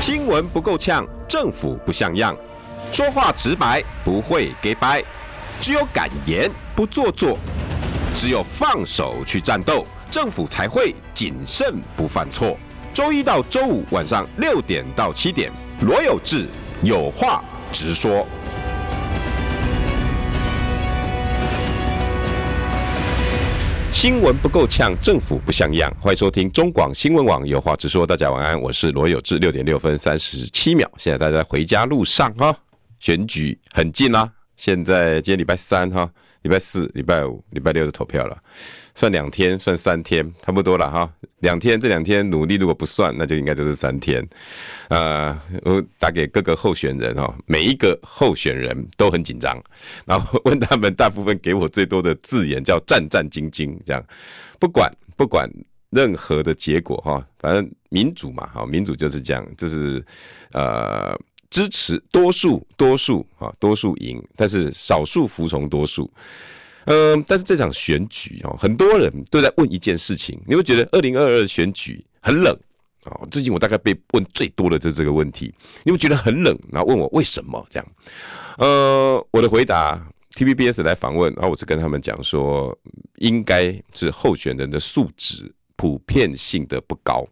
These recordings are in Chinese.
新闻不够呛，政府不像样，说话直白，不会给掰，只有敢言不做作，只有放手去战斗，政府才会谨慎不犯错。周一到周五晚上6点到7点，罗有志有话直说。新闻不够呛，政府不像样。欢迎收听中广新闻网有话直说。大家晚安，我是罗有志。6点6分37秒，现在大家回家路上哈，选举很近啦。现在今天礼拜3哈，礼拜4、礼拜5、礼拜6就投票了，算2天，算3天，差不多了哈。2天，这2天努力如果不算，那就应该就是3天。我打给各个候选人哈，每一个候选人都很紧张，然后问他们，大部分给我最多的字眼叫战战兢兢，这样不管任何的结果哈，反正民主嘛，哈，民主就是这样，就是支持多数赢，但是少数服从多数。但是这场选举很多人都在问一件事情，你会觉得2022选举很冷最近我大概被问最多的就是这个问题，你会觉得很冷，然后问我为什么这样。我的回答 TVBS 来访问，然后我是跟他们讲说，应该是候选人的素质普遍性的不高。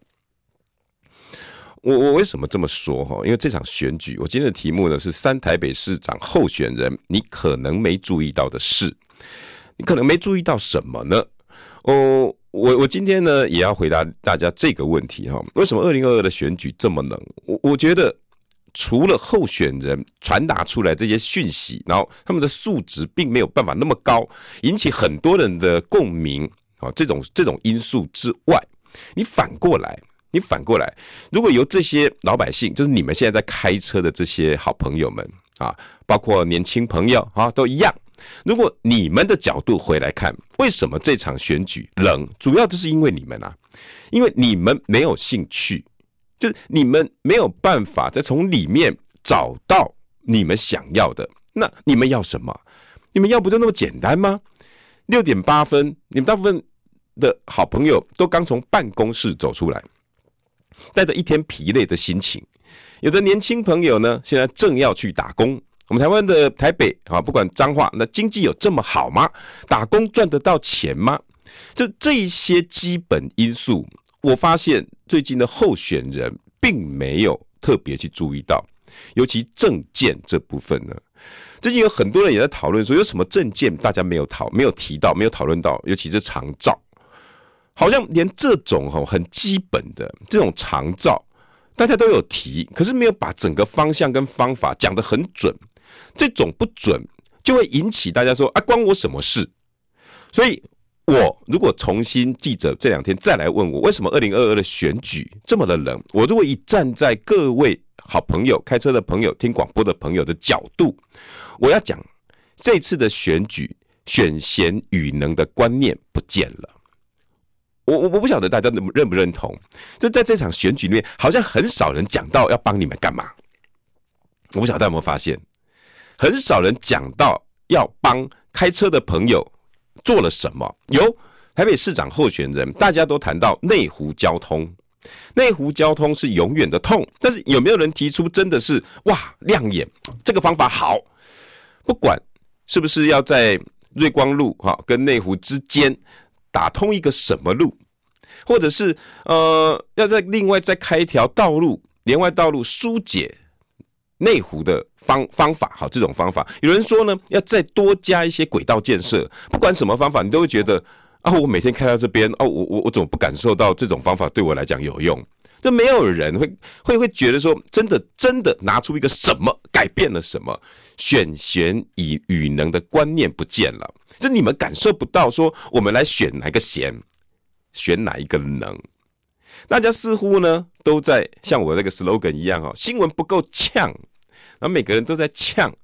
我为什么这么说？因为这场选举，我今天的题目呢是3台北市长候选人你可能没注意到的事。你可能没注意到什么呢？我今天呢也要回答大家这个问题哈。为什么2022的选举这么冷？我觉得除了候选人传达出来这些讯息，然后他们的素质并没有办法那么高，引起很多人的共鸣这种因素之外，你反过来，如果由这些老百姓，就是你们现在在开车的这些好朋友们包括年轻朋友都一样。如果你们的角度回来看，为什么这场选举冷？主要就是因为你们因为你们没有兴趣，就是你们没有办法再从里面找到你们想要的。那你们要什么？你们要不就那么简单吗？6点8分，你们大部分的好朋友都刚从办公室走出来，带着一天疲累的心情。有的年轻朋友呢，现在正要去打工。我们台湾的台北不管彰化，那经济有这么好吗？打工赚得到钱吗？就这一些基本因素，我发现最近的候选人并没有特别去注意到，尤其政见这部分呢。最近有很多人也在讨论说，有什么政见大家没有提到，没有讨论到，尤其是长照，好像连这种很基本的这种长照，大家都有提，可是没有把整个方向跟方法讲得很准。这种不准就会引起大家说关我什么事？所以我如果重新记者这2天再来问我，为什么2022的选举这么的冷？我如果以站在各位好朋友、开车的朋友、听广播的朋友的角度，我要讲这次的选举选贤与能的观念不见了。我不晓得大家认不认同，就在这场选举里面，好像很少人讲到要帮你们干嘛。我不晓得大家有没有发现，很少人讲到要帮开车的朋友做了什么。有台北市长候选人，大家都谈到内湖交通，内湖交通是永远的痛，但是有没有人提出真的是亮眼，这个方法好？不管是不是要在瑞光路跟内湖之间打通一个什么路，或者是要再另外再开一条道路，连外道路疏解内湖的方法，这种方法，有人说呢，要再多加一些轨道建设。不管什么方法，你都会觉得我每天开到这边我怎么不感受到这种方法对我来讲有用？就没有人会觉得说，真的拿出一个什么改变了什么，选贤与能的观念不见了。就你们感受不到说，我们来选哪个贤，选哪一个能。大家似乎呢都在像我那个 slogan 一样新闻不够呛，然后每个人都在呛。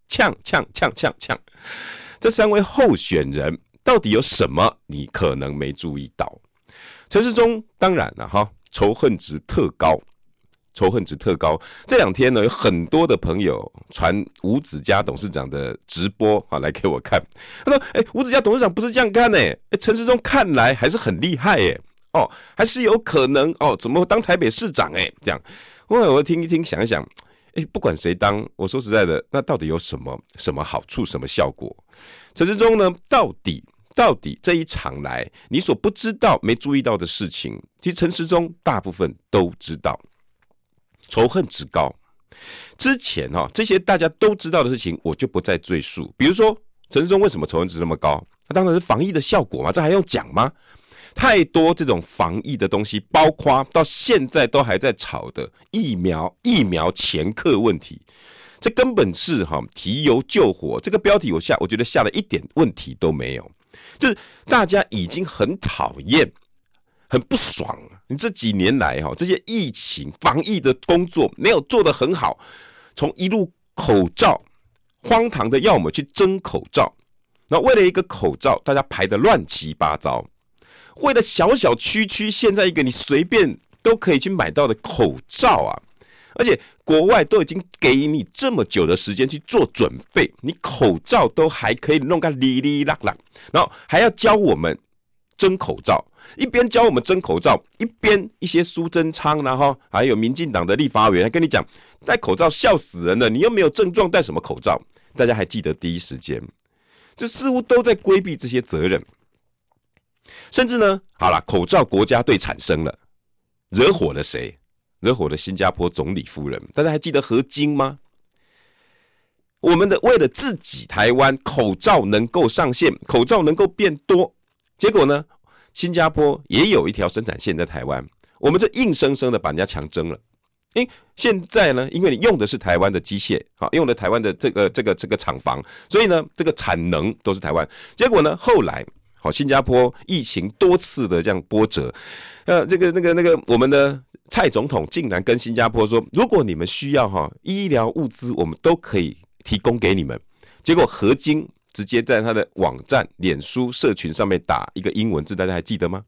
这3位候选人到底有什么你可能没注意到？陈时中当然了仇恨值特高。这2天呢，有很多的朋友传吴子嘉董事长的直播来给我看。他说：“吴子嘉董事长不是这样看陈时中看来还是很厉害哦，还是有可能哦，怎么当台北市长这样，我听一听，想一想，不管谁当，我说实在的，那到底有什么好处，什么效果？陈时中呢，到底这一场来，你所不知道、没注意到的事情，其实陈时中大部分都知道，仇恨值高。之前这些大家都知道的事情，我就不再赘述。比如说，陈时中为什么仇恨值那么高？那当然是防疫的效果嘛，这还用讲吗？太多这种防疫的东西，包括到现在都还在吵的疫苗前客问题，这根本是提油救火。这个标题我觉得下了一点问题都没有，就是大家已经很讨厌、很不爽。你这几年来这些疫情防疫的工作没有做得很好，从一路口罩荒唐的要我们去争口罩，然后为了一个口罩，大家排得乱七八糟。为了小小区现在一个你随便都可以去买到的口罩啊，而且国外都已经给你这么久的时间去做准备，你口罩都还可以弄个哩哩啦啦，然后还要教我们争口罩，一边教我们争口罩，一边一些苏贞昌，然后还有民进党的立法委员还跟你讲戴口罩笑死人了，你又没有症状戴什么口罩？大家还记得第一时间，就似乎都在规避这些责任。甚至呢，好了，口罩国家队产生了，惹火了谁？惹火了新加坡总理夫人。大家还记得何晶吗？我们为了自己台湾口罩能够上线，口罩能够变多，结果呢，新加坡也有一条生产线在台湾，我们就硬生生的把人家强征了。现在呢，因为你用的是台湾的机械，用的台湾的这个厂房，所以呢，这个产能都是台湾。结果呢，后来新加坡疫情多次的这样波折，我们的蔡总统竟然跟新加坡说，如果你们需要医疗物资，我们都可以提供给你们。结果何晶直接在他的网站、脸书社群上面打一个英文字，大家还记得吗？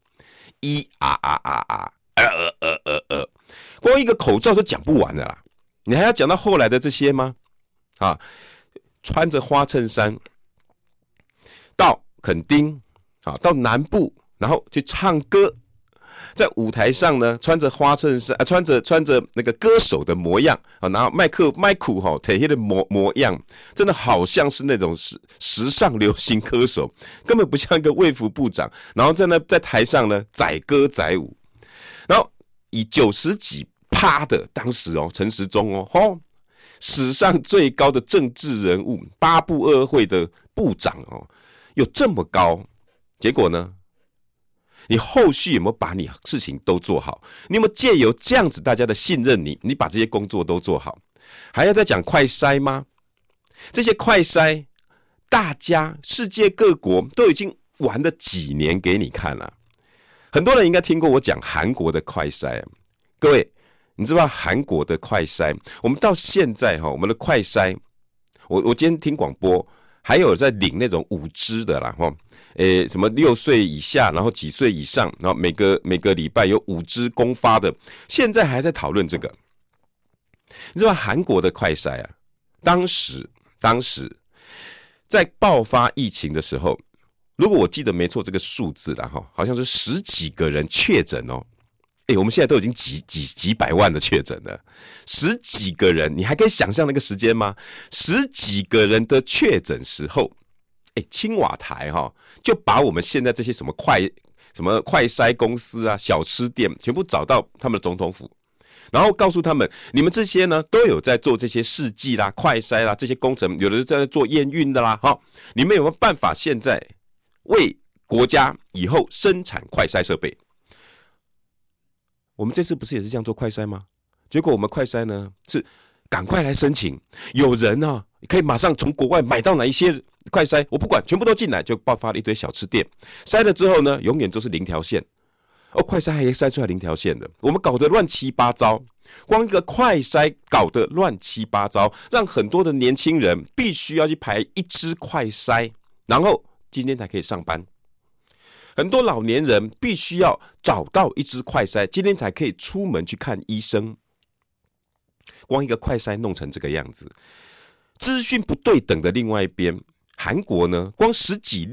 光一个口罩就讲不完了啦，你还要讲到后来的这些吗？穿着花衬衫到垦丁。到南部，然后去唱歌，在舞台上呢，穿着花衬衫，穿着那个歌手的模样，然后麦克体现的模样，真的好像是那种时尚流行歌手，根本不像一个卫福部长。然后在台上呢，载歌载舞，然后以90几%的当时陈时中史上最高的政治人物，8部2会的部长有这么高。结果呢？你后续有没有把你事情都做好？你有没有借由这样子大家的信任你把这些工作都做好？还要再讲快筛吗？这些快筛，大家世界各国都已经玩了几年给你看了。很多人应该听过我讲韩国的快筛，各位，你知道韩国的快筛？我们到现在我们的快筛，我今天听广播，还有在领那种5支的啦什么6岁以下，然后几岁以上，然后每个礼拜有5支公发的，现在还在讨论这个。你知道韩国的快筛啊，当时在爆发疫情的时候，如果我记得没错，这个数字啦好像是10几个人确诊我们现在都已经几百万的确诊了，10几个人，你还可以想象那个时间吗？10几个人的确诊时候。青瓦台就把我们现在这些什么快筛公司啊、小吃店全部找到他们的总统府，然后告诉他们，你们这些呢都有在做这些试剂啦、快筛啦这些工程，有的在做验孕的啦，你们有没有办法现在为国家以后生产快筛设备？我们这次不是也是这样做快筛吗？结果我们快筛呢是赶快来申请，有人可以马上从国外买到哪一些快筛，我不管，全部都进来，就爆发了一堆小吃店。筛了之后呢，永远都是0条线。快筛还可以筛出来0条线的，我们搞得乱七八糟。光一个快筛搞得乱七八糟，让很多的年轻人必须要去排1支快筛，然后今天才可以上班。很多老年人必须要找到1支快筛，今天才可以出门去看医生。光一个快筛弄成这个样子，资讯不对等的另外一边，韩国呢，光10几例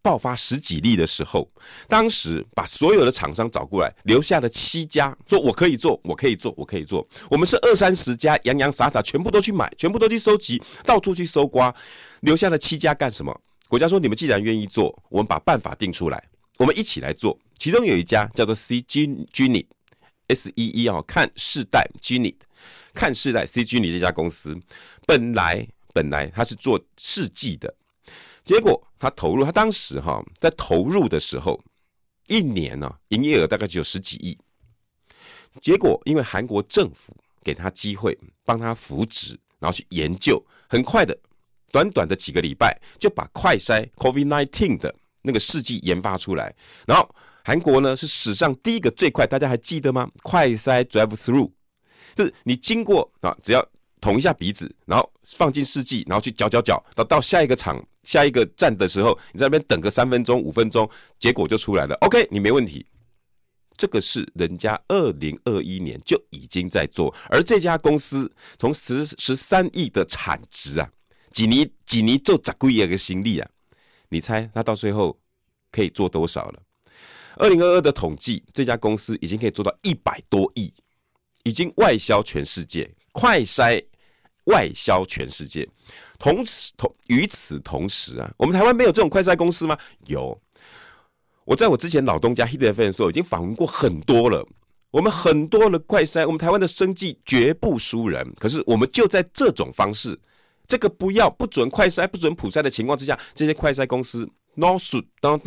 爆发10几例的时候，当时把所有的厂商找过来，留下了7家，说我可以做，我可以做，我可以做。我们是20-30家，洋洋洒洒全部都去买，全部都去收集，到处去搜刮，留下了7家干什么？国家说你们既然愿意做，我们把办法定出来，我们一起来做。其中有一家叫做 CGunit SEE 看世代 Gunit 看世代 CGunit 这家公司，本来他是做试剂的，结果他当时在投入的时候，1年营业额大概只有10几亿，结果因为韩国政府给他机会，帮他扶植，然后去研究，很快的短短的几个礼拜就把快筛 COVID-19 的那个试剂研发出来，然后韩国呢是史上第一个最快，大家还记得吗？快筛 drive through， 就是你经过只要捅一下鼻子，然后放进试剂，然后去搅，到下一个站的时候，你在那边等个3分钟、5分钟，结果就出来了。OK， 你没问题。这个是人家2021年就已经在做，而这家公司从13亿的产值几年做10几亿的行李你猜他到最后可以做多少了？2022的统计，这家公司已经可以做到100多亿，已经外销全世界，快筛外销全世界。与此同时我们台湾没有这种快筛公司吗？有。我在我之前老东家 Hit FM 的时候已经访问过很多了，我们很多的快筛，我们台湾的生技绝不输人。可是我们就在这种方式，这个不准快筛、不准普筛的情况之下，这些快筛公司 no suit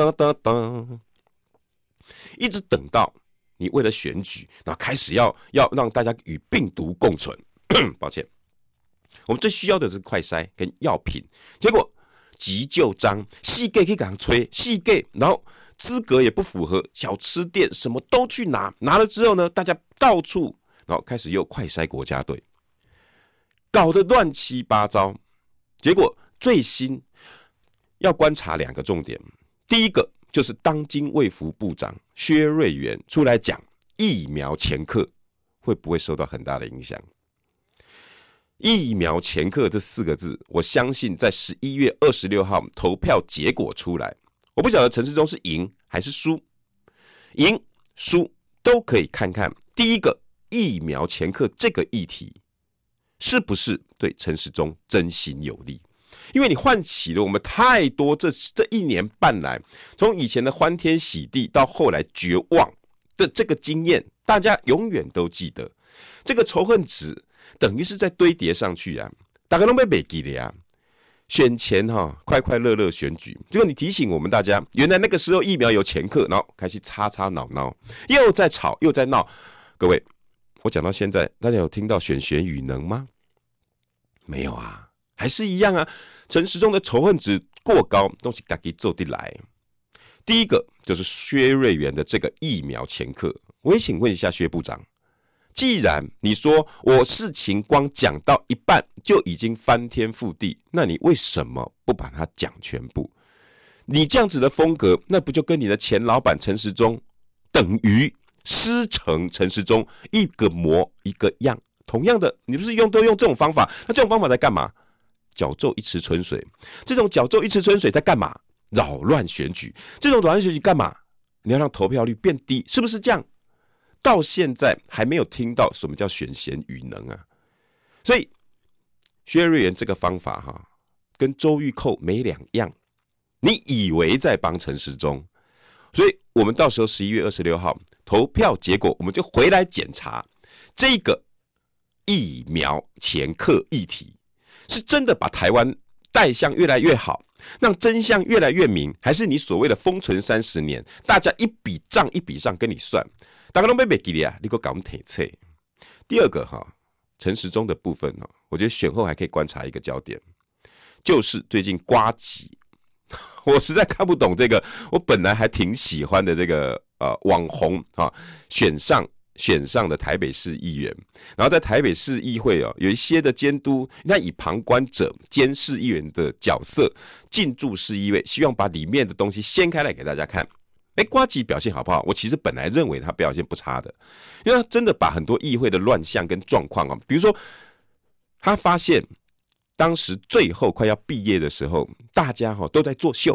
一直等到你为了选举，然后开始要让大家与病毒共存。抱歉，我们最需要的是快筛跟药品，结果急就章，细给可以赶催，细给，然后资格也不符合，小吃店什么都去拿了之后呢，大家到处，然后开始又快筛国家队，搞得乱七八糟。结果最新要观察2个重点，第一个就是当今卫福部长薛瑞元出来讲疫苗前客会不会受到很大的影响。疫苗前客这4个字，我相信在11月26号投票结果出来，我不晓得陈时中是赢还是输，赢输都可以看看。第一个，疫苗前客这个议题是不是对陈时中真心有利？因为你唤起了我们太多这1年半来，从以前的欢天喜地到后来绝望的这个经验，大家永远都记得。这个仇恨值等于是在堆叠上去大家都被忘记了选前快快乐乐选举，结果你提醒我们大家，原来那个时候疫苗有前客，然后开始吵闹，又在吵又在闹。各位，我讲到现在，大家有听到选贤与能吗？没有还是一样陈时中的仇恨值过高，都是自己做得来。第一个就是薛瑞元的这个疫苗前客，我也请问一下薛部长，既然你说我事情光讲到一半就已经翻天覆地，那你为什么不把它讲全部？你这样子的风格，那不就跟你的前老板陈时中等于师承陈时中一个模一个样？同样的，你不是都用这种方法？那这种方法在干嘛？搅皱一池春水。这种搅皱一池春水在干嘛？扰乱选举。这种扰乱选举干嘛？你要让投票率变低，是不是这样？到现在还没有听到什么叫选贤与能所以薛瑞元这个方法跟周玉蔻没两样。你以为在帮陈时中，所以我们到时候11月26号投票结果，我们就回来检查这个疫苗前客议题，是真的把台湾带向越来越好，让真相越来越明，还是你所谓的封存30年，大家一笔账一笔账跟你算？大家都被忘记了你给我搞体测。第二个陈时中的部分我觉得选后还可以观察一个焦点，就是最近呱吉，我实在看不懂这个，我本来还挺喜欢的这个网红选上的台北市议员，然后在台北市议会有一些的监督，那以旁观者监视议员的角色进驻市议会，希望把里面的东西掀开来给大家看。呱吉表现好不好？我其实本来认为他表现不差的，因为他真的把很多议会的乱象跟状况比如说他发现当时最后快要毕业的时候，大家都在作秀，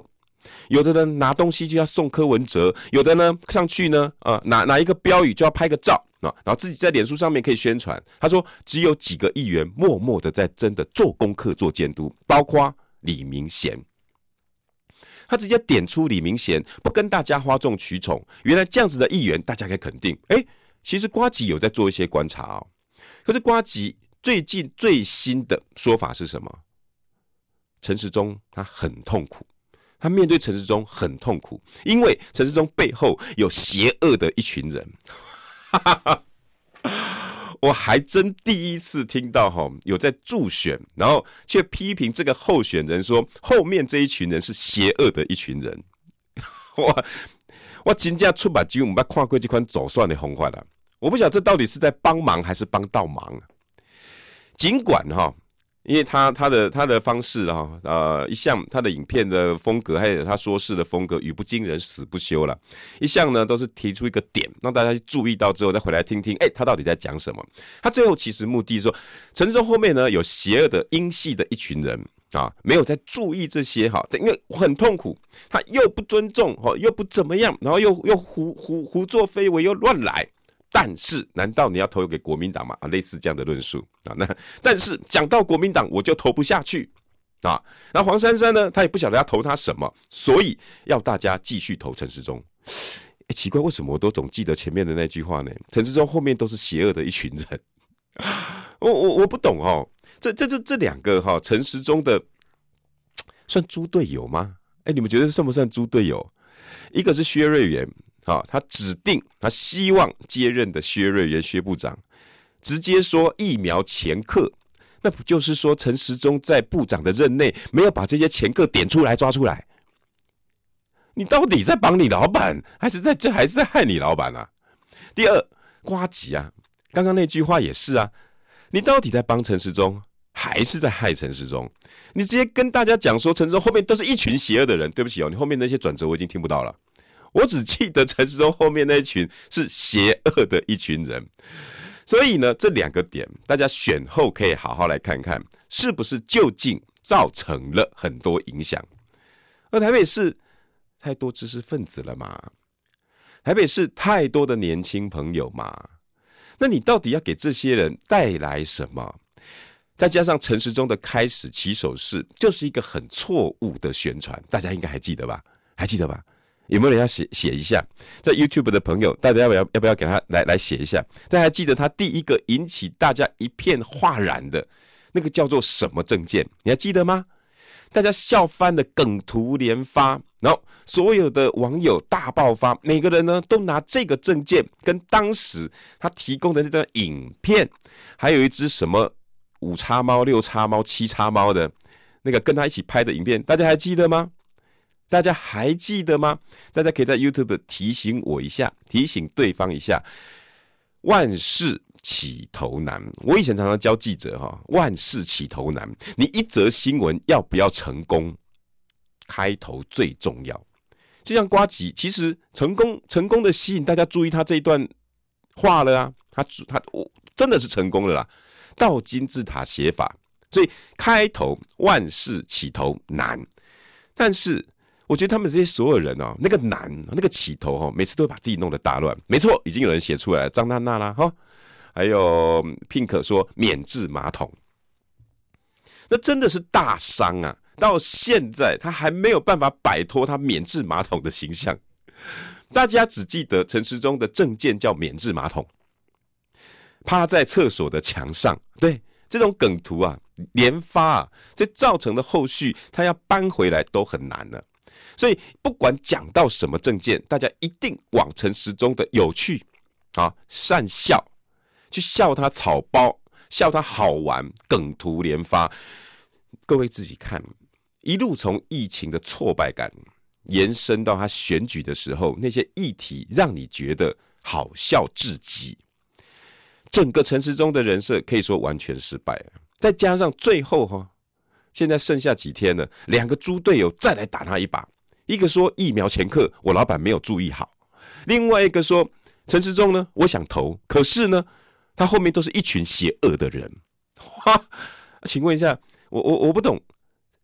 有的人拿东西就要送柯文哲，有的呢上去呢拿一个标语就要拍个照然后自己在脸书上面可以宣传。他说只有几个议员默默的在真的做功课做监督，包括李明贤。他直接点出李明贤不跟大家哗众取宠，原来这样子的议员大家可以肯定，其实呱吉有在做一些观察哦。可是呱吉最近最新的说法是什么？陈时中他很痛苦，他面对陈时中很痛苦，因为陈时中背后有邪恶的一群人。我还真第一次听到有在助选，然后却批评这个候选人说后面这一群人是邪恶的一群人。我真正出目睭没看过这款走算的方法啦。我不晓得这到底是在帮忙还是帮倒忙啊。尽管因为他的方式一向他的影片的风格还有他说事的风格语不惊人死不休啦，一向呢都是提出一个点让大家去注意到之后再回来听听他到底在讲什么。他最后其实目的是说陈时中后面呢有邪恶的英系的一群人没有在注意这些因为很痛苦，他又不尊重又不怎么样，然后又胡作非为又乱来。但是难道你要投给国民党吗？类似这样的论述但是讲到国民党我就投不下去那黄珊珊呢他也不晓得要投他什么，所以要大家继续投陈时中。奇怪，为什么我都总记得前面的那句话呢？陈时中后面都是邪恶的一群人。我不懂这两个陈时中的算猪队友吗？你们觉得算不算猪队友？一个是薛瑞元他指定他希望接任的薛瑞元薛部长直接说疫苗前客，那不就是说陈时中在部长的任内没有把这些前客点出来抓出来？你到底在帮你老板还是在害你老板啊？第二，呱吉刚刚那句话也是你到底在帮陈时中还是在害陈时中？你直接跟大家讲说陈时中后面都是一群邪恶的人，对不起你后面那些转折我已经听不到了，我只记得陈时中后面那一群是邪恶的一群人。所以呢这两个点大家选后可以好好来看看是不是究竟造成了很多影响。而台北市太多知识分子了嘛，台北市太多的年轻朋友嘛，那你到底要给这些人带来什么？再加上陈时中的开始起手式就是一个很错误的宣传，大家应该还记得吧？有没有人要写一下？在 YouTube 的朋友，大家要不要给他来写一下？大家还记得他第一个引起大家一片哗然的那个叫做什么政见？你还记得吗？大家笑翻的梗图连发，然后所有的网友大爆发，每个人呢都拿这个政见跟当时他提供的那段影片，还有一只什么5叉猫、6叉猫、7叉猫的那个跟他一起拍的影片，大家还记得吗？大家可以在 YouTube 提醒我一下，提醒对方一下。万事起头难，我以前常常教记者万事起头难，你一则新闻要不要成功，开头最重要。就像呱吉，其实成功的吸引大家注意他这一段话了他真的是成功了啦，倒金字塔写法，所以开头万事起头难。但是我觉得他们这些所有人那个难那个起头每次都会把自己弄得大乱。没错，已经有人写出来了，张娜娜啦还有 Pink 说免治马桶，那真的是大伤到现在他还没有办法摆脱他免治马桶的形象。大家只记得陈时中的政见叫免治马桶，趴在厕所的墙上，对，这种梗图连发这造成的后续他要搬回来都很难了。所以不管讲到什么政见，大家一定往陈时中的有趣善笑去笑他草包，笑他好玩，梗图连发。各位自己看，一路从疫情的挫败感延伸到他选举的时候，那些议题让你觉得好笑至极。整个陈时中的人设可以说完全失败了，再加上最后现在剩下几天了，两个猪队友再来打他一把。一个说疫苗前客我老板没有注意好，另外一个说陈时中呢我想投，可是呢他后面都是一群邪恶的人。请问一下，我不懂，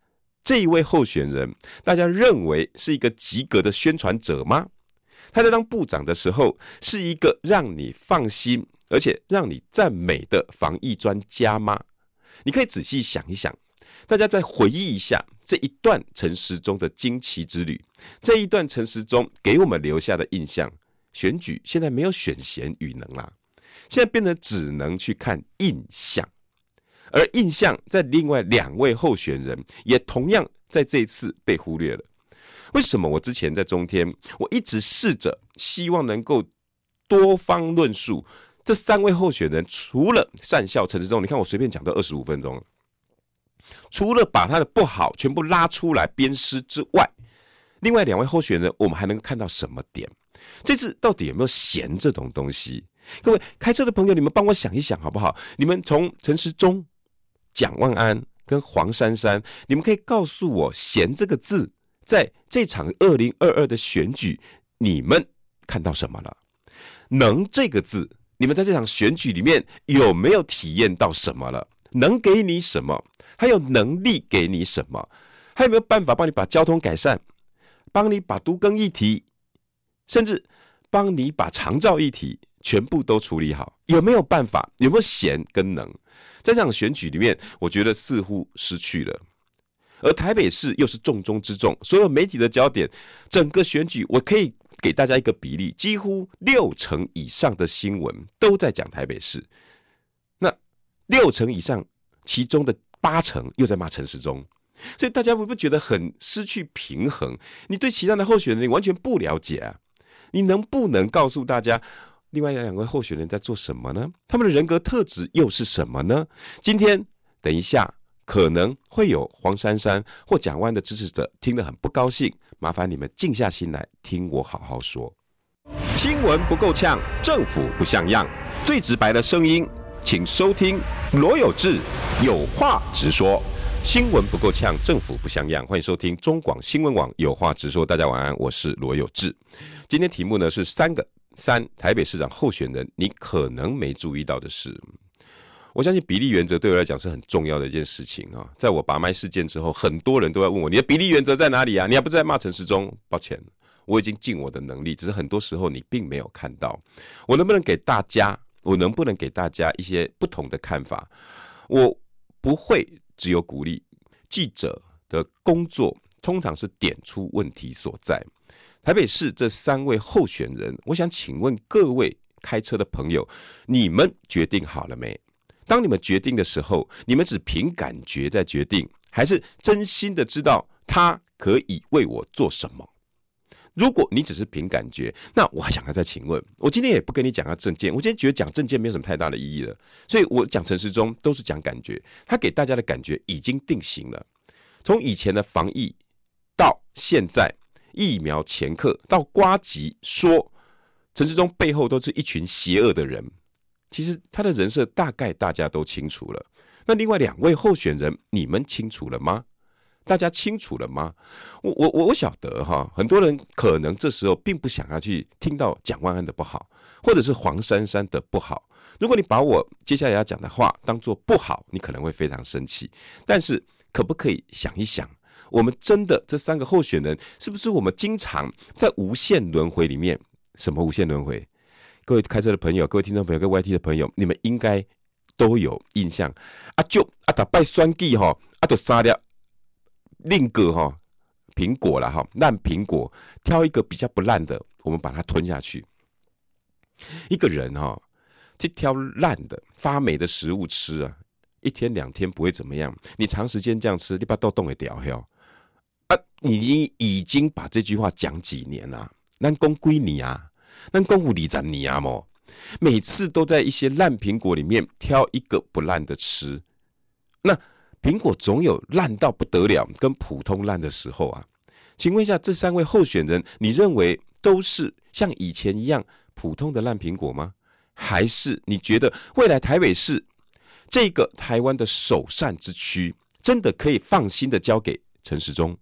这一位候选人，大家认为是一个及格的宣传者吗？他在当部长的时候，是一个让你放心而且让你赞美的防疫专家吗？你可以仔细想一想，大家再回忆一下这一段陈时中的惊奇之旅，这一段陈时中给我们留下的印象。选举现在没有选贤与能啦，现在变得只能去看印象，而印象在另外2位候选人也同样在这一次被忽略了。为什么我之前在中天，我一直试着希望能够多方论述这3位候选人，除了善笑陈时中，你看我随便讲到25分钟了，除了把他的不好全部拉出来鞭尸之外，另外2位候选人我们还能看到什么点？这次到底有没有贤这种东西？各位开车的朋友，你们帮我想一想好不好？你们从陈时中、蒋万安跟黄珊珊，你们可以告诉我贤这个字在这场2022的选举你们看到什么了？能这个字你们在这场选举里面有没有体验到什么了？能给你什么？还有能力给你什么？还有没有办法帮你把交通改善，帮你把都更议题，甚至帮你把长照议题全部都处理好？有没有办法？有没有贤跟能？在这场选举里面，我觉得似乎失去了。而台北市又是重中之重，所有媒体的焦点，整个选举我可以给大家一个比例，几乎60%以上的新闻都在讲台北市。那60%以上，其中的80%又在骂陈时中，所以大家会不会觉得很失去平衡？你对其他的候选人你完全不了解啊！你能不能告诉大家，另外2位候选人在做什么呢？他们的人格特质又是什么呢？今天等一下可能会有黄珊珊或蒋万安的支持者听得很不高兴，麻烦你们静下心来听我好好说。新闻不够呛，政府不像样，最直白的声音，请收听罗有志有话直说。新闻不够呛，政府不像样，欢迎收听中广新闻网有话直说。大家晚安，我是罗有志。今天题目呢是3台北市长候选人你可能没注意到的事。我相信比例原则对我来讲是很重要的一件事情啊。在我拔麦事件之后，很多人都在问我，你的比例原则在哪里啊？你还不是在骂陈时中？抱歉，我已经尽我的能力，只是很多时候你并没有看到。我能不能给大家一些不同的看法？我不会只有鼓励，记者的工作通常是点出问题所在。台北市这3位候选人，我想请问各位开车的朋友，你们决定好了没？当你们决定的时候，你们只凭感觉在决定，还是真心的知道他可以为我做什么？如果你只是凭感觉，那我还想要再请问，我今天也不跟你讲他政见，我今天觉得讲政见没有什么太大的意义了，所以我讲陈时中都是讲感觉，他给大家的感觉已经定型了。从以前的防疫到现在疫苗前客，到呱吉说陈时中背后都是一群邪恶的人，其实他的人设大概大家都清楚了。那另外2位候选人，你们清楚了吗？大家清楚了吗？我晓得哈，很多人可能这时候并不想要去听到蒋万安的不好，或者是黄珊珊的不好。如果你把我接下来要讲的话当作不好，你可能会非常生气。但是可不可以想一想，我们真的这3个候选人，是不是我们经常在无限轮回里面？什么无限轮回？各位开车的朋友，各位听众朋友，各位 YT 的朋友，你们应该都有印象。大拜选举哈，就3粒另个苹果啦哈，烂苹果，挑一个比较不烂的，我们把它吞下去。一个人去挑烂的、发霉的食物吃啊，1天2天不会怎么样，你长时间这样吃，你把豆冻给掉掉啊！你已经把这句话讲几年了？咱讲几年啊？咱讲有20年啊么？每次都在一些烂苹果里面挑一个不烂的吃，那苹果总有烂到不得了跟普通烂的时候啊。请问一下，这3位候选人，你认为都是像以前一样普通的烂苹果吗？还是你觉得未来台北市这个台湾的首善之区，真的可以放心的交给陈时中？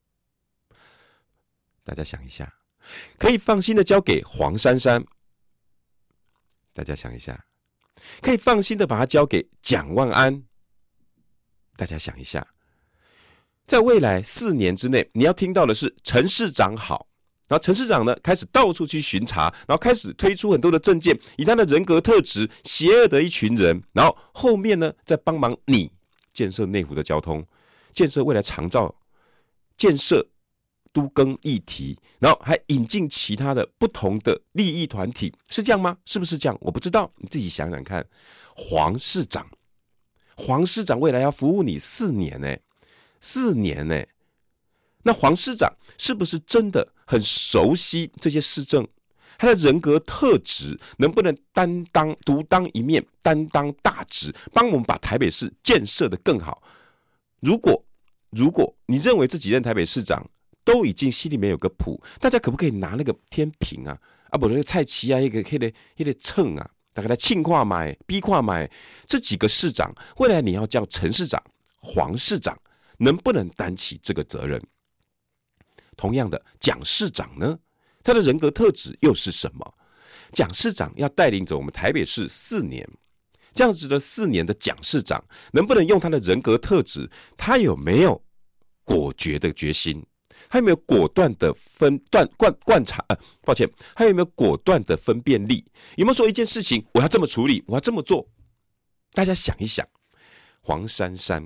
大家想一下，可以放心的交给黄珊珊？大家想一下，可以放心的把它交给蒋万安？大家想一下， 在未来4年之内，你要听到的是陈市长好。然后陈市长呢，开始到处去巡查，然后开始推出很多的政见，以他的人格特质，邪恶的一群人，然后后面呢，再帮忙你建设内湖的交通，建设未来长照，建设都更议题，然后还引进其他的不同的利益团体，是这样吗？是不是这样？我不知道，你自己想想看。黄市长未来要服务你4年呢，4年呢。那黄市长是不是真的很熟悉这些市政？他的人格特质能不能独当一面，担当大职，帮我们把台北市建设得更好？如果你认为这几任台北市长都已经心里面有个谱，大家可不可以拿那个天平啊，不那个菜旗啊，那个秤啊，大概来称看买、比看买，这几个市长未来你要叫陈市长、黄市长，能不能担起这个责任？同样的，蒋市长呢，他的人格特质又是什么？蒋市长要带领着我们台北市4年，这样子的4年的蒋市长，能不能用他的人格特质？他有没有果决的决心？他有没有果断的观察？他有没有果断的分辨力？有没有说一件事情我要这么处理，我要这么做？大家想一想，黄珊珊，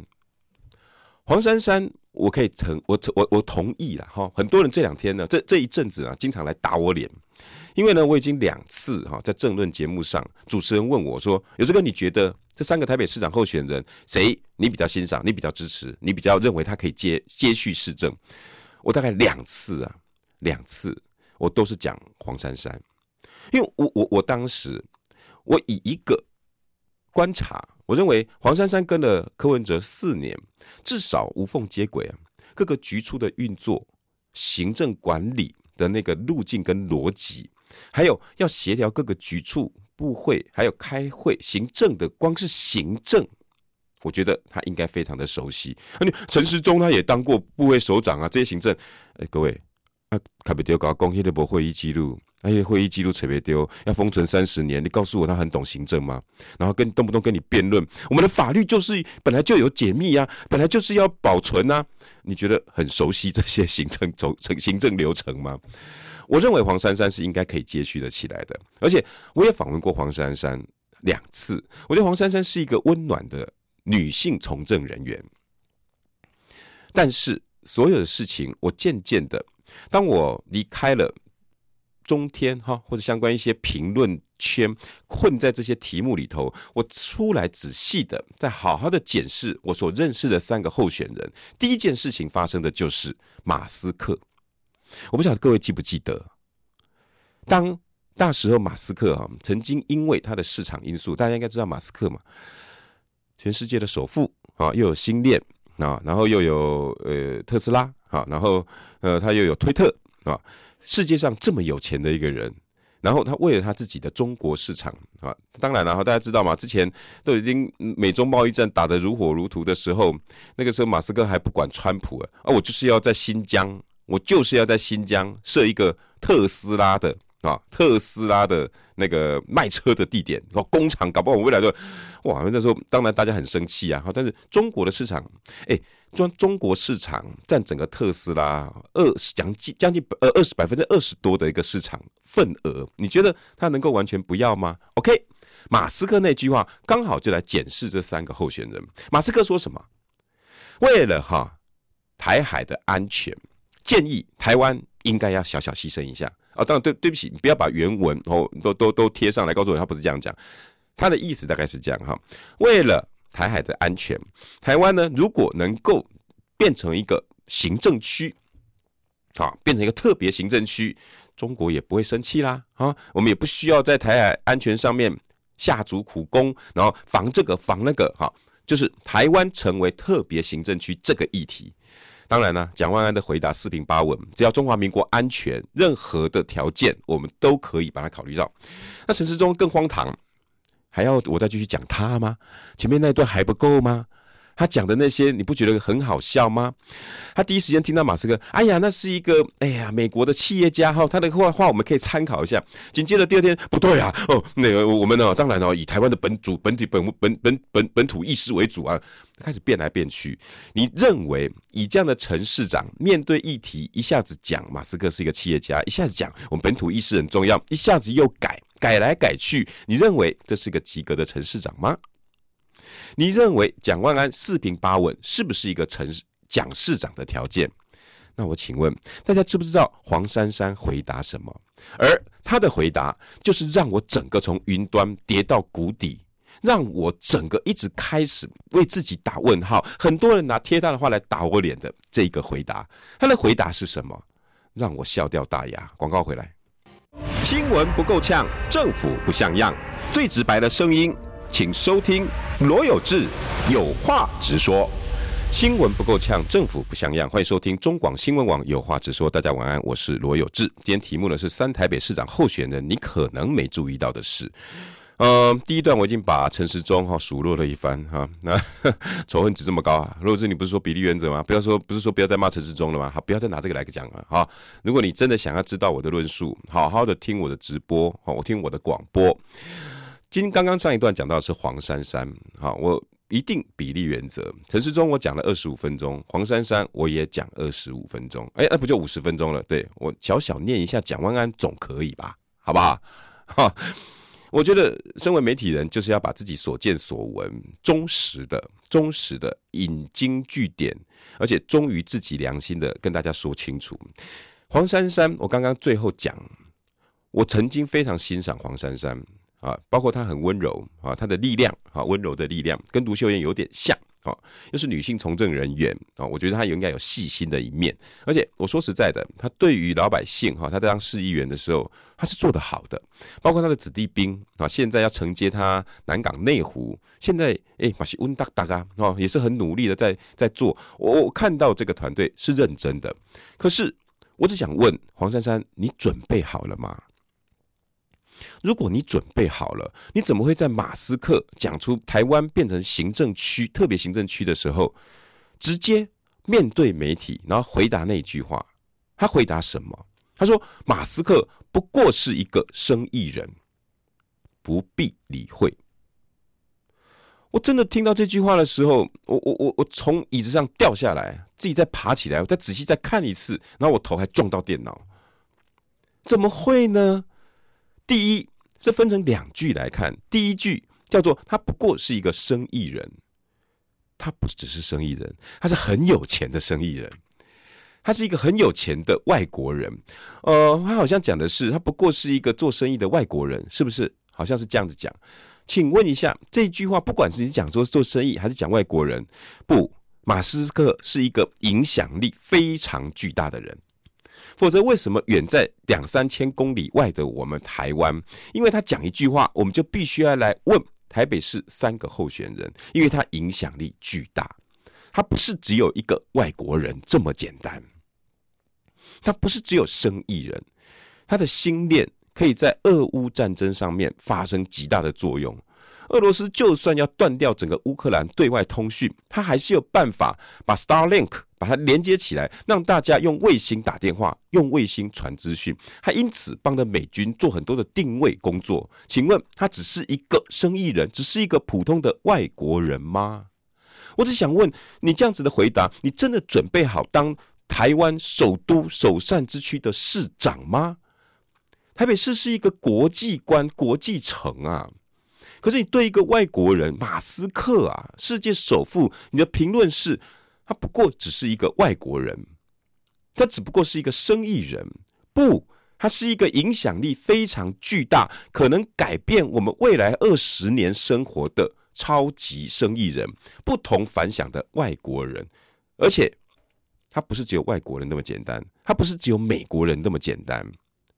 我可以我同意啦哈。很多人这2天呢，这一阵子啊，经常来打我脸，因为呢，我已经2次哈在政论节目上，主持人问我说：“有这个你觉得这3个台北市长候选人谁你比较欣赏，你比较支持，你比较认为他可以接续市政？”我大概2次我都是讲黄珊珊，因为我当时我以一个观察，我认为黄珊珊跟了柯文哲4年，至少无缝接轨啊，各个局处的运作、行政管理的那个路径跟逻辑，还有要协调各个局处、部会，还有开会、行政的，光是行政，我觉得他应该非常的熟悉。陈时中他也当过部会首长啊，这些行政，各位啊，看不到搞公迄个无会议记录。那些会议记录扯不丢，要封存30年，你告诉我他很懂行政吗？然后动不动跟你辩论，我们的法律就是本来就有解密啊，本来就是要保存啊，你觉得很熟悉这些行政流程吗？我认为黄珊珊是应该可以接续的起来的，而且我也访问过黄珊珊2次，我觉得黄珊珊是一个温暖的女性从政人员，但是所有的事情，我渐渐的，当我离开了中天或者相关一些评论圈，困在这些题目里头，我出来仔细的再好好的检视我所认识的3个候选人。第一件事情发生的就是马斯克，我不晓得各位记不记得，当那时候马斯克曾经因为他的市场因素，大家应该知道马斯克嘛，全世界的首富又有星链然后又有特斯拉然后他又有推特世界上这么有钱的一个人，然后他为了他自己的中国市场当然了大家知道嘛，之前都已经美中贸易战打得如火如荼的时候，那个时候马斯克还不管川普我就是要在新疆设一个特斯拉的那个卖车的地点工厂，搞不好我们未来就那时候当然大家很生气啊，但是中国的市场中国市场占整个特斯拉将近20%多的一个市场份额，你觉得他能够完全不要吗 ？OK， 马斯克那句话刚好就来检视这3个候选人。马斯克说什么？为了台海的安全，建议台湾应该要小小牺牲一下当然对不起，你不要把原文都贴上来，告诉我他不是这样讲。他的意思大概是这样为了台海的安全，台湾呢如果能够变成一个行政区变成一个特别行政区，中国也不会生气啦我们也不需要在台海安全上面下足苦功，然后防这个防那个就是台湾成为特别行政区这个议题。当然呢，蒋万安的回答四平八稳，只要中华民国安全，任何的条件我们都可以把它考虑到。那陈时中更荒唐，还要我再继续讲他吗？前面那一段还不够吗？ 他讲的那些你不觉得很好笑吗？他第一时间听到马斯克，哎呀，那是一个美国的企业家他的话我们可以参考一下。紧接着第二天，不对啊，那个我们当然以台湾的本土意识为主啊，开始变来变去。你认为以这样的陈市长面对议题，一下子讲马斯克是一个企业家，一下子讲我们本土意识很重要，一下子又改来改去，你认为这是个及格的陈市长吗？你认为蒋万安四平八稳是不是一个蒋市长的条件？那我请问大家知不知道黄珊珊回答什么？而他的回答就是让我整个从云端跌到谷底，让我整个一直开始为自己打问号。很多人拿贴他的话来打我脸的这一个回答，他的回答是什么？让我笑掉大牙。广告回来。新闻不够呛，政府不像样，最直白的声音，请收听罗有志有话直说。新闻不够呛，政府不像样，欢迎收听中广新闻网有话直说。大家晚安，我是罗有志。今天题目呢是3台北市长候选人你可能没注意到的事。第一段我已经把陈时中数落了一番那仇恨值这么高啊！罗有志，你不是说比例原则吗？不是说不要再骂陈时中了吗？好，不要再拿这个来讲了如果你真的想要知道我的论述，好好的听我的直播，我听我的广播。刚刚上一段讲到的是黄珊珊，我一定比例原则。陈时中我讲了25分钟，黄珊珊我也讲25分钟，那不就50分钟了？对，我小小念一下蒋万安总可以吧？好不好？我觉得身为媒体人，就是要把自己所见所闻忠实的引经据典，而且忠于自己良心的跟大家说清楚。黄珊珊，我刚刚最后讲，我曾经非常欣赏黄珊珊。包括她很温柔她的力量温柔的力量跟卢秀燕有点像又是女性从政人员我觉得她应该有细心的一面，而且我说实在的，她对于老百姓她当市议员的时候，她是做得好的。包括她的子弟兵现在要承接她南港内湖，现在也是温达达也是很努力的在做。我看到这个团队是认真的，可是我只想问黄珊珊，你准备好了吗？如果你准备好了，你怎么会在马斯克讲出台湾变成行政区、特别行政区的时候，直接面对媒体，然后回答那句话？他回答什么？他说马斯克不过是一个生意人，不必理会。我真的听到这句话的时候，我从椅子上掉下来，自己再爬起来，我再仔细再看一次，然后我头还撞到电脑。怎么会呢？第一，这分成2句来看。第一句叫做他不过是一个生意人，他不只是生意人，他是很有钱的生意人，他是一个很有钱的外国人。他好像讲的是他不过是一个做生意的外国人，是不是？好像是这样子讲。请问一下，这句话不管是你讲说做生意还是讲外国人，不，马斯克是一个影响力非常巨大的人。否则为什么远在2-3千公里外的我们台湾，因为他讲一句话，我们就必须要来问台北市3个候选人，因为他影响力巨大。他不是只有一个外国人这么简单，他不是只有生意人，他的心链可以在俄乌战争上面发生极大的作用。俄罗斯就算要断掉整个乌克兰对外通讯，他还是有办法把 Starlink 把它连接起来，让大家用卫星打电话，用卫星传资讯。他因此帮着美军做很多的定位工作。请问他只是一个生意人，只是一个普通的外国人吗？我只想问你，这样子的回答，你真的准备好当台湾首都首善之区的市长吗？台北市是一个国际观、国际城啊。可是你对一个外国人马斯克啊，世界首富，你的评论是他不过只是一个外国人，他只不过是一个生意人。不，他是一个影响力非常巨大，可能改变我们未来20年生活的超级生意人，不同凡响的外国人。而且他不是只有外国人那么简单，他不是只有美国人那么简单。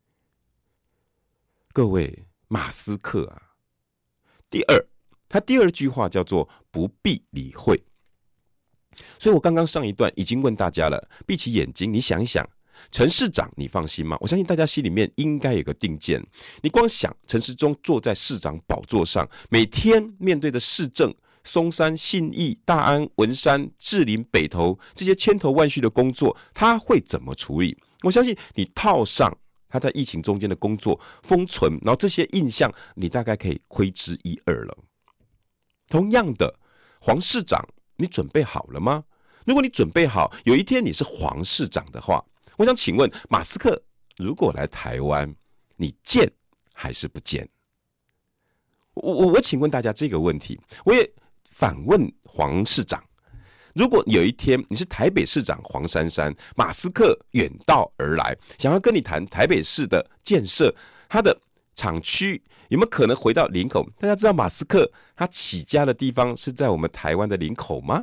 各位，马斯克啊，他第二句话叫做不必理会。所以我刚刚上一段已经问大家了，闭起眼睛，你想一想，陈市长你放心吗？我相信大家心里面应该有个定见。你光想陈时中坐在市长宝座上，每天面对的市政松山、信义、大安、文山、士林、北投这些千头万绪的工作，他会怎么处理？我相信你套上他在疫情中间的工作封存，然后这些印象，你大概可以窥之一二了。同样的，黄市长，你准备好了吗？如果你准备好，有一天你是黄市长的话，我想请问马斯克如果来台湾，你见还是不见？我请问大家这个问题，我也反问黄市长：如果有一天你是台北市长黄珊珊，马斯克远道而来，想要跟你谈台北市的建设，他的厂区有没有可能回到林口？大家知道马斯克他起家的地方是在我们台湾的林口吗？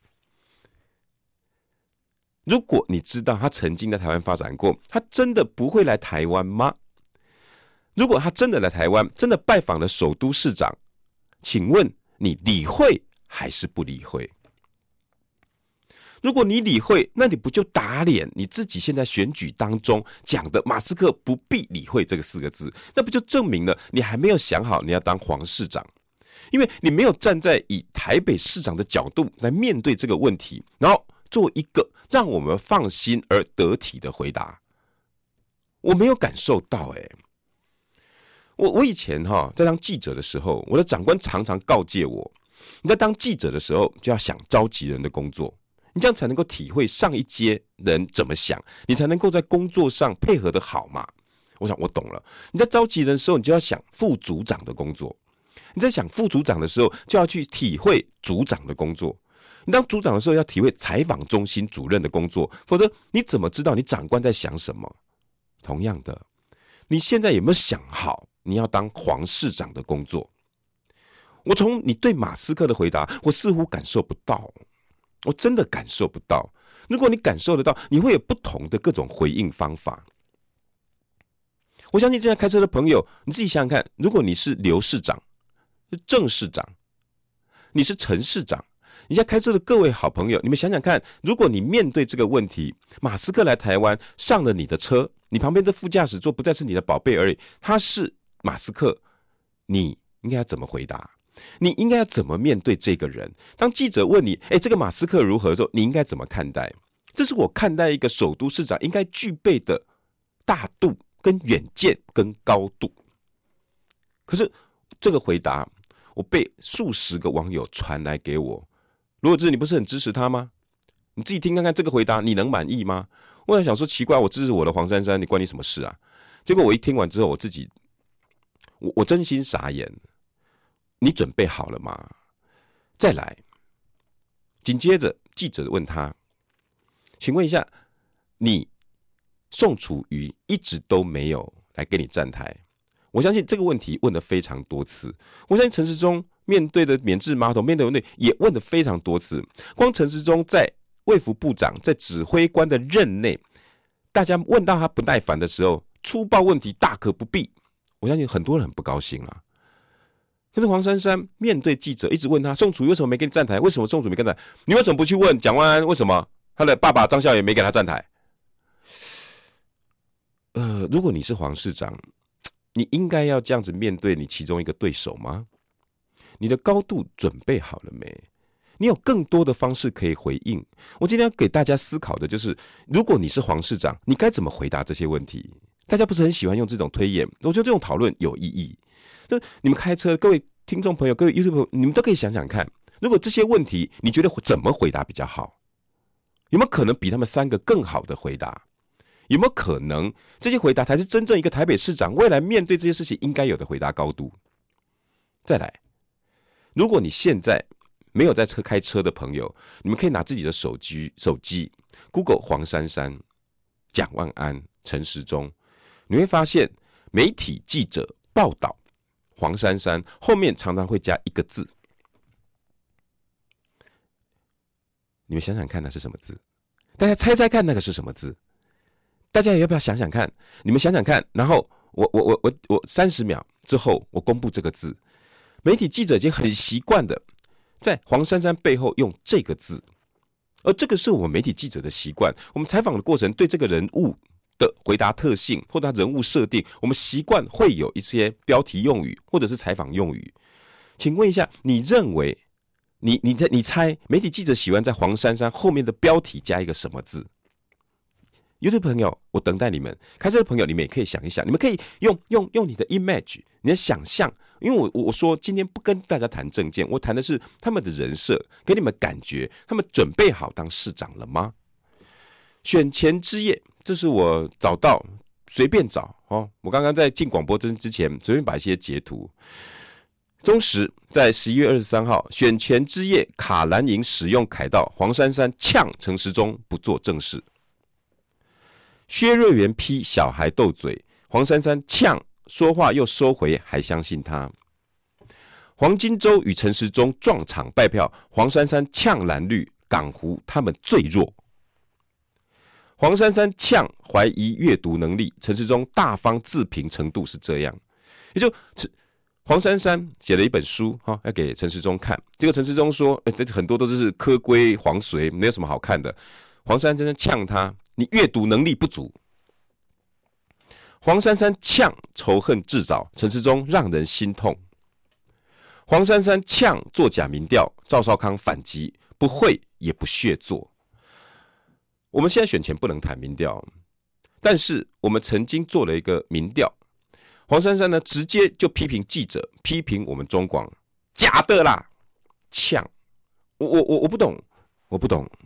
如果你知道他曾经在台湾发展过，他真的不会来台湾吗？如果他真的来台湾，真的拜访了首都市长，请问你理会还是不理会？如果你理会，那你不就打脸你自己现在选举当中讲的马斯克不必理会这个4个字？那不就证明了你还没有想好你要当黄市长？因为你没有站在以台北市长的角度来面对这个问题，然后做一个让我们放心而得体的回答。我没有感受到我以前在当记者的时候，我的长官常常告诫我，你在当记者的时候就要想召集人的工作，你这样才能够体会上一阶人怎么想，你才能够在工作上配合的好嘛。我想我懂了，你在召集人的时候，你就要想副组长的工作，你在想副组长的时候，就要去体会组长的工作，你当组长的时候要体会采访中心主任的工作，否则你怎么知道你长官在想什么？同样的，你现在有没有想好你要当黄市长的工作？我从你对马斯克的回答，我似乎感受不到，我真的感受不到。如果你感受得到，你会有不同的各种回应方法。我相信正在开车的朋友，你自己想想看，如果你是刘市长、郑市长，你是陈市长，你现在开车的各位好朋友，你们想想看，如果你面对这个问题，马斯克来台湾上了你的车，你旁边的副驾驶座不再是你的宝贝而已，他是马斯克，你应该要怎么回答？你应该要怎么面对这个人？当记者问你，这个马斯克如何的时候，你应该怎么看待？这是我看待一个首都市长应该具备的大度、跟远见、跟高度。可是这个回答，我被数十个网友传来给我。罗有志，你不是很支持他吗？你自己听看看这个回答，你能满意吗？我在想说，奇怪，我支持我的黄珊珊，你关你什么事啊？结果我一听完之后，我自己，我真心傻眼。你准备好了吗？再来，紧接着记者问他，请问一下，你宋楚瑜一直都没有来跟你站台，我相信这个问题问了非常多次，我相信陈时中面对的免治马桶面对的问题也问了非常多次，光陈时中在卫福部长在指挥官的任内，大家问到他不耐烦的时候，粗暴问题大可不必，我相信很多人很不高兴啊。可是黄珊珊面对记者一直问他，宋楚瑜为什么没跟你站台？为什么宋楚瑜没跟站台？你为什么不去问蒋万安为什么他的爸爸张孝也没给他站台？如果你是黄市长，你应该要这样子面对你其中一个对手吗？你的高度准备好了没？你有更多的方式可以回应。我今天要给大家思考的就是，如果你是黄市长，你该怎么回答这些问题？大家不是很喜欢用这种推演，我觉得这种讨论有意义。就你们开车，各位听众朋友，各位 YouTube 朋友，你们都可以想想看，如果这些问题你觉得怎么回答比较好？有没有可能比他们3个更好的回答？有没有可能这些回答才是真正一个台北市长未来面对这些事情应该有的回答高度？再来，如果你现在没有在开车的朋友，你们可以拿自己的手机 Google 黄珊珊、蒋万安、陈时中，你会发现媒体记者报道黄珊珊后面常常会加一个字，你们想想看那是什么字？大家猜猜看那个是什么字？大家也要不要想想看？你们想想看，然后我30秒之后我公布这个字。媒体记者已经很习惯的在黄珊珊背后用这个字，而这个是我们媒体记者的习惯。我们采访的过程对这个人物的回答特性或者人物设定，我们习惯会有一些标题用语或者是采访用语。请问一下，你认为你猜媒体记者喜欢在黄珊珊后面的标题加一个什么字？YouTube 朋友，我等待你们。开车的朋友，你们也可以想一想，你们可以用你的 image， 你的想象。因为我说今天不跟大家谈政见，我谈的是他们的人设，给你们感觉他们准备好当市长了吗？选前之夜，这是我找到随便找哦。我刚刚在进广播之前，随便把一些截图。中时在11月23号选前之夜，卡蓝营使用凯道，黄珊珊呛陈时中不做正事。薛瑞元批小孩斗嘴，黄珊珊呛说话又收回，还相信他。黄金周与陈时中撞场败票，黄珊珊呛蓝绿，港湖他们最弱。黄珊珊呛怀疑阅读能力，陈时中大方自评程度是这样，也就黄珊珊写了一本书，要给陈时中看。这个陈时中说，很多都是科规黄随，没有什么好看的。黄珊珊呛他，你阅读能力不足。黄珊珊呛仇恨制造，陈时中让人心痛。黄珊珊呛作假民调，赵少康反击，不会也不屑做。我们现在选前不能谈民调，但是我们曾经做了一个民调，黄珊珊呢直接就批评记者，批评我们中广假的啦，呛。我不懂，我不懂。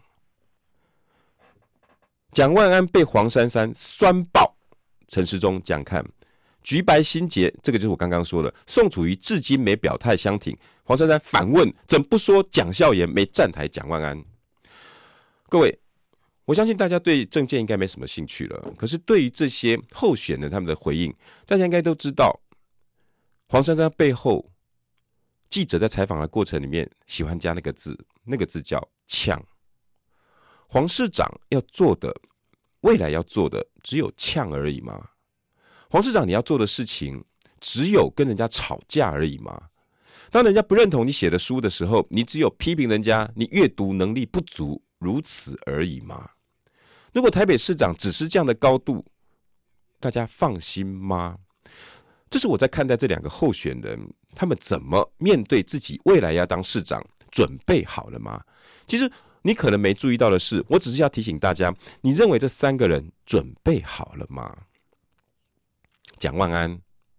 蒋万安被黄珊珊酸爆，陈时中这样看。橘白心结，这个就是我刚刚说的。宋楚瑜至今没表态相挺，黄珊珊反问：怎不说蒋孝严没站台蒋万安？各位，我相信大家对政见应该没什么兴趣了。可是对于这些候选人他们的回应，大家应该都知道，黄珊珊背后记者在采访的过程里面喜欢加那个字，那个字叫呛。黄市长要做的，未来要做的，只有呛而已吗？黄市长你要做的事情，只有跟人家吵架而已吗？当人家不认同你写的书的时候，你只有批评人家你阅读能力不足，如此而已吗？如果台北市长只是这样的高度，大家放心吗？这是我在看待这两个候选人，他们怎么面对自己未来要当市长，准备好了吗？其实你可能没注意到的是，我只是要提醒大家，你认为这三个人准备好了吗？蒋万安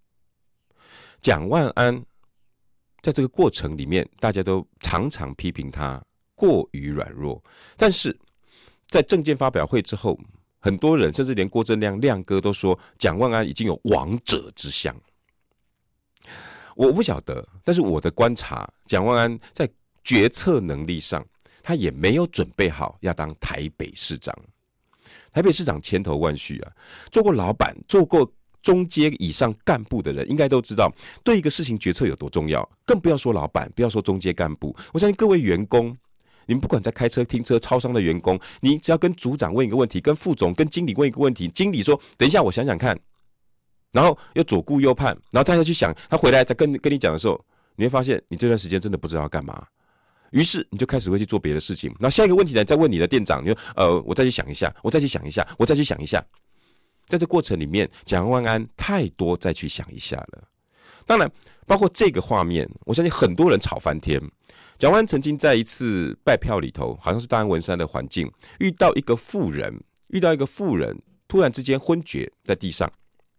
在这个过程里面，大家都常常批评他过于软弱，但是在政见发表会之后，很多人甚至连郭正亮亮哥都说蒋万安已经有王者之相。我不晓得，但是我的观察，蒋万安在决策能力上，他也没有准备好要当台北市长。台北市长千头万绪啊，做过老板，做过中阶以上干部的人应该都知道，对一个事情决策有多重要，更不要说老板，不要说中阶干部。我相信各位员工，你们不管在开车、听车、超商的员工，你只要跟组长问一个问题，跟副总、跟经理问一个问题，经理说等一下我想想看，然后又左顾右盼，然后大家去想，他回来再跟你讲的时候，你会发现你这段时间真的不知道要干嘛，于是你就开始会去做别的事情。然后下一个问题呢，再问你的店长，你说我再去想一下，我再去想一下，我再去想一下。在这过程里面，蒋万安太多再去想一下了。当然，包括这个画面，我相信很多人吵翻天。蒋万安曾经在一次拜票里头，好像是大安文山的环境，遇到一个妇人突然之间昏厥在地上。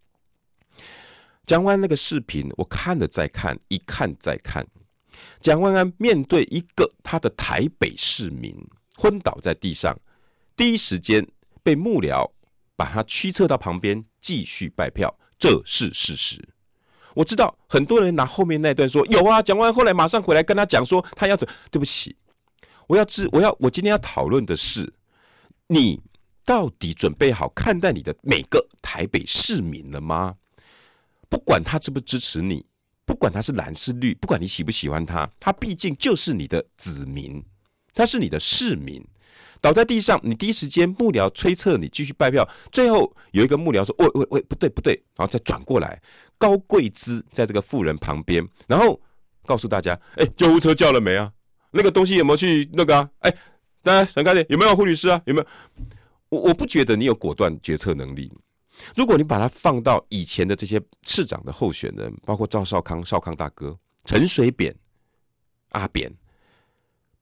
蒋万安那个视频，我看了再看，一看再看。蒋万安面对一个他的台北市民昏倒在地上，第一时间被幕僚把他驱策到旁边继续拜票，这是事实。我知道很多人拿后面那段说有啊，蒋万安后来马上回来跟他讲说他要走。对不起，我今天要讨论的是，你到底准备好看待你的每个台北市民了吗？不管他支不支持你，不管他是蓝是绿，不管你喜不喜欢他，他毕竟就是你的子民，他是你的市民。倒在地上，你第一时间幕僚催策你继续拜票，最后有一个幕僚说：“喂，不对，然后再转过来，高贵姿在这个妇人旁边，然后告诉大家：救护车叫了没啊？那个东西有没有去那个啊？大家想看点有没有护理师啊？有没有？我不觉得你有果断决策能力。如果你把它放到以前的这些市长的候选人，包括赵少康、少康大哥、陈水扁、阿扁。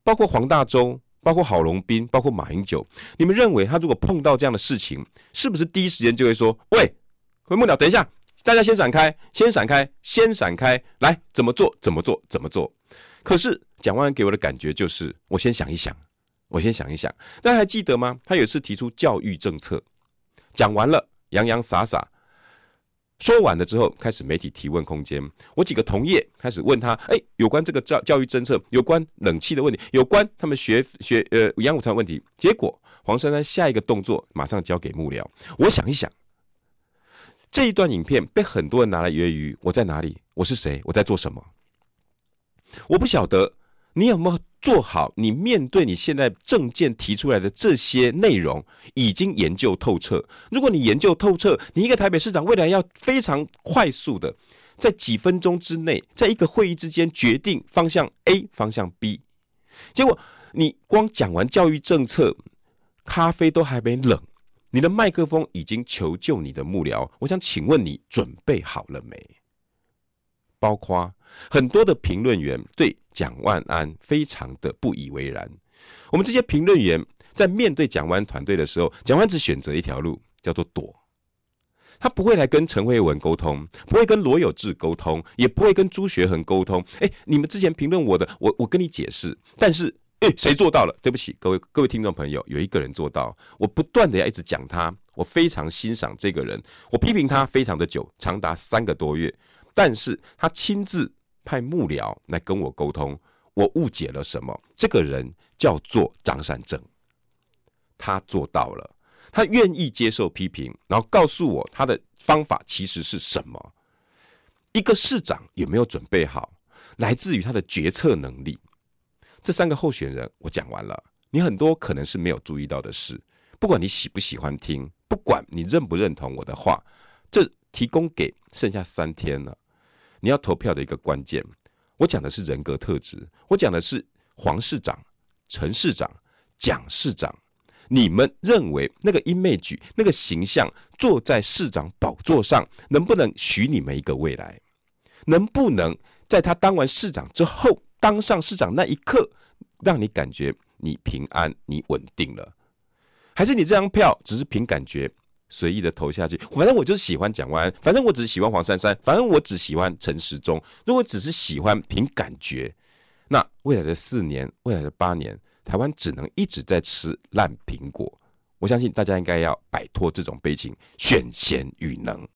包括黄大洲，包括郝龙斌，包括马英九，你们认为他如果碰到这样的事情，是不是第一时间就会说：“喂，回幕僚，等一下，大家先闪开，先闪开，先闪开，来怎么做？怎么做？怎么做？”可是蒋万安给我的感觉就是，我先想一想，我先想一想。大家还记得吗？他有一次提出教育政策，讲完了，洋洋洒洒。说完了之后，开始媒体提问空间。我几个同业开始问他，有关这个教育政策，有关冷气的问题，有关他们营养午餐问题。结果黄珊珊下一个动作马上交给幕僚。我想一想，这一段影片被很多人拿来揶揄我在哪里，我是谁，我在做什么。我不晓得你有没有做好你面对你现在政见提出来的这些内容已经研究透彻。如果你研究透彻，你一个台北市长未来要非常快速的在几分钟之内，在一个会议之间决定方向 A 方向 B， 结果你光讲完教育政策，咖啡都还没冷，你的麦克风已经求救你的幕僚。我想请问你准备好了没？包括很多的评论员对蒋万安非常的不以为然。我们这些评论员在面对蒋万安团队的时候，蒋万安只选择一条路，叫做躲。他不会来跟陈慧文沟通，不会跟罗有志沟通，也不会跟朱学恒沟通。你们之前评论我的，我跟你解释，但是谁做到了？对不起，各位听众朋友，有一个人做到，我不断的要一直讲他，我非常欣赏这个人，我批评他非常的久，长达3个多月。但是他亲自派幕僚来跟我沟通，我误解了什么？这个人叫做张善政，他做到了，他愿意接受批评，然后告诉我他的方法其实是什么。一个市长有没有准备好，来自于他的决策能力。这3个候选人我讲完了，你很多可能是没有注意到的事，不管你喜不喜欢听，不管你认不认同我的话，这提供给剩下3天了。你要投票的一个关键，我讲的是人格特质，我讲的是黄市长、陈市长、蒋市长，你们认为那个 image 那个形象坐在市长宝座上，能不能许你们一个未来？能不能在他当完市长之后，当上市长那一刻，让你感觉你平安、你稳定了？还是你这张票只是凭感觉随意的投下去，反正我就是喜欢蒋万安，反正我只是喜欢黄珊珊，反正我只喜欢陈时中。如果只是喜欢凭感觉，那未来的4年，未来的8年，台湾只能一直在吃烂苹果。我相信大家应该要摆脱这种悲情，选贤与能。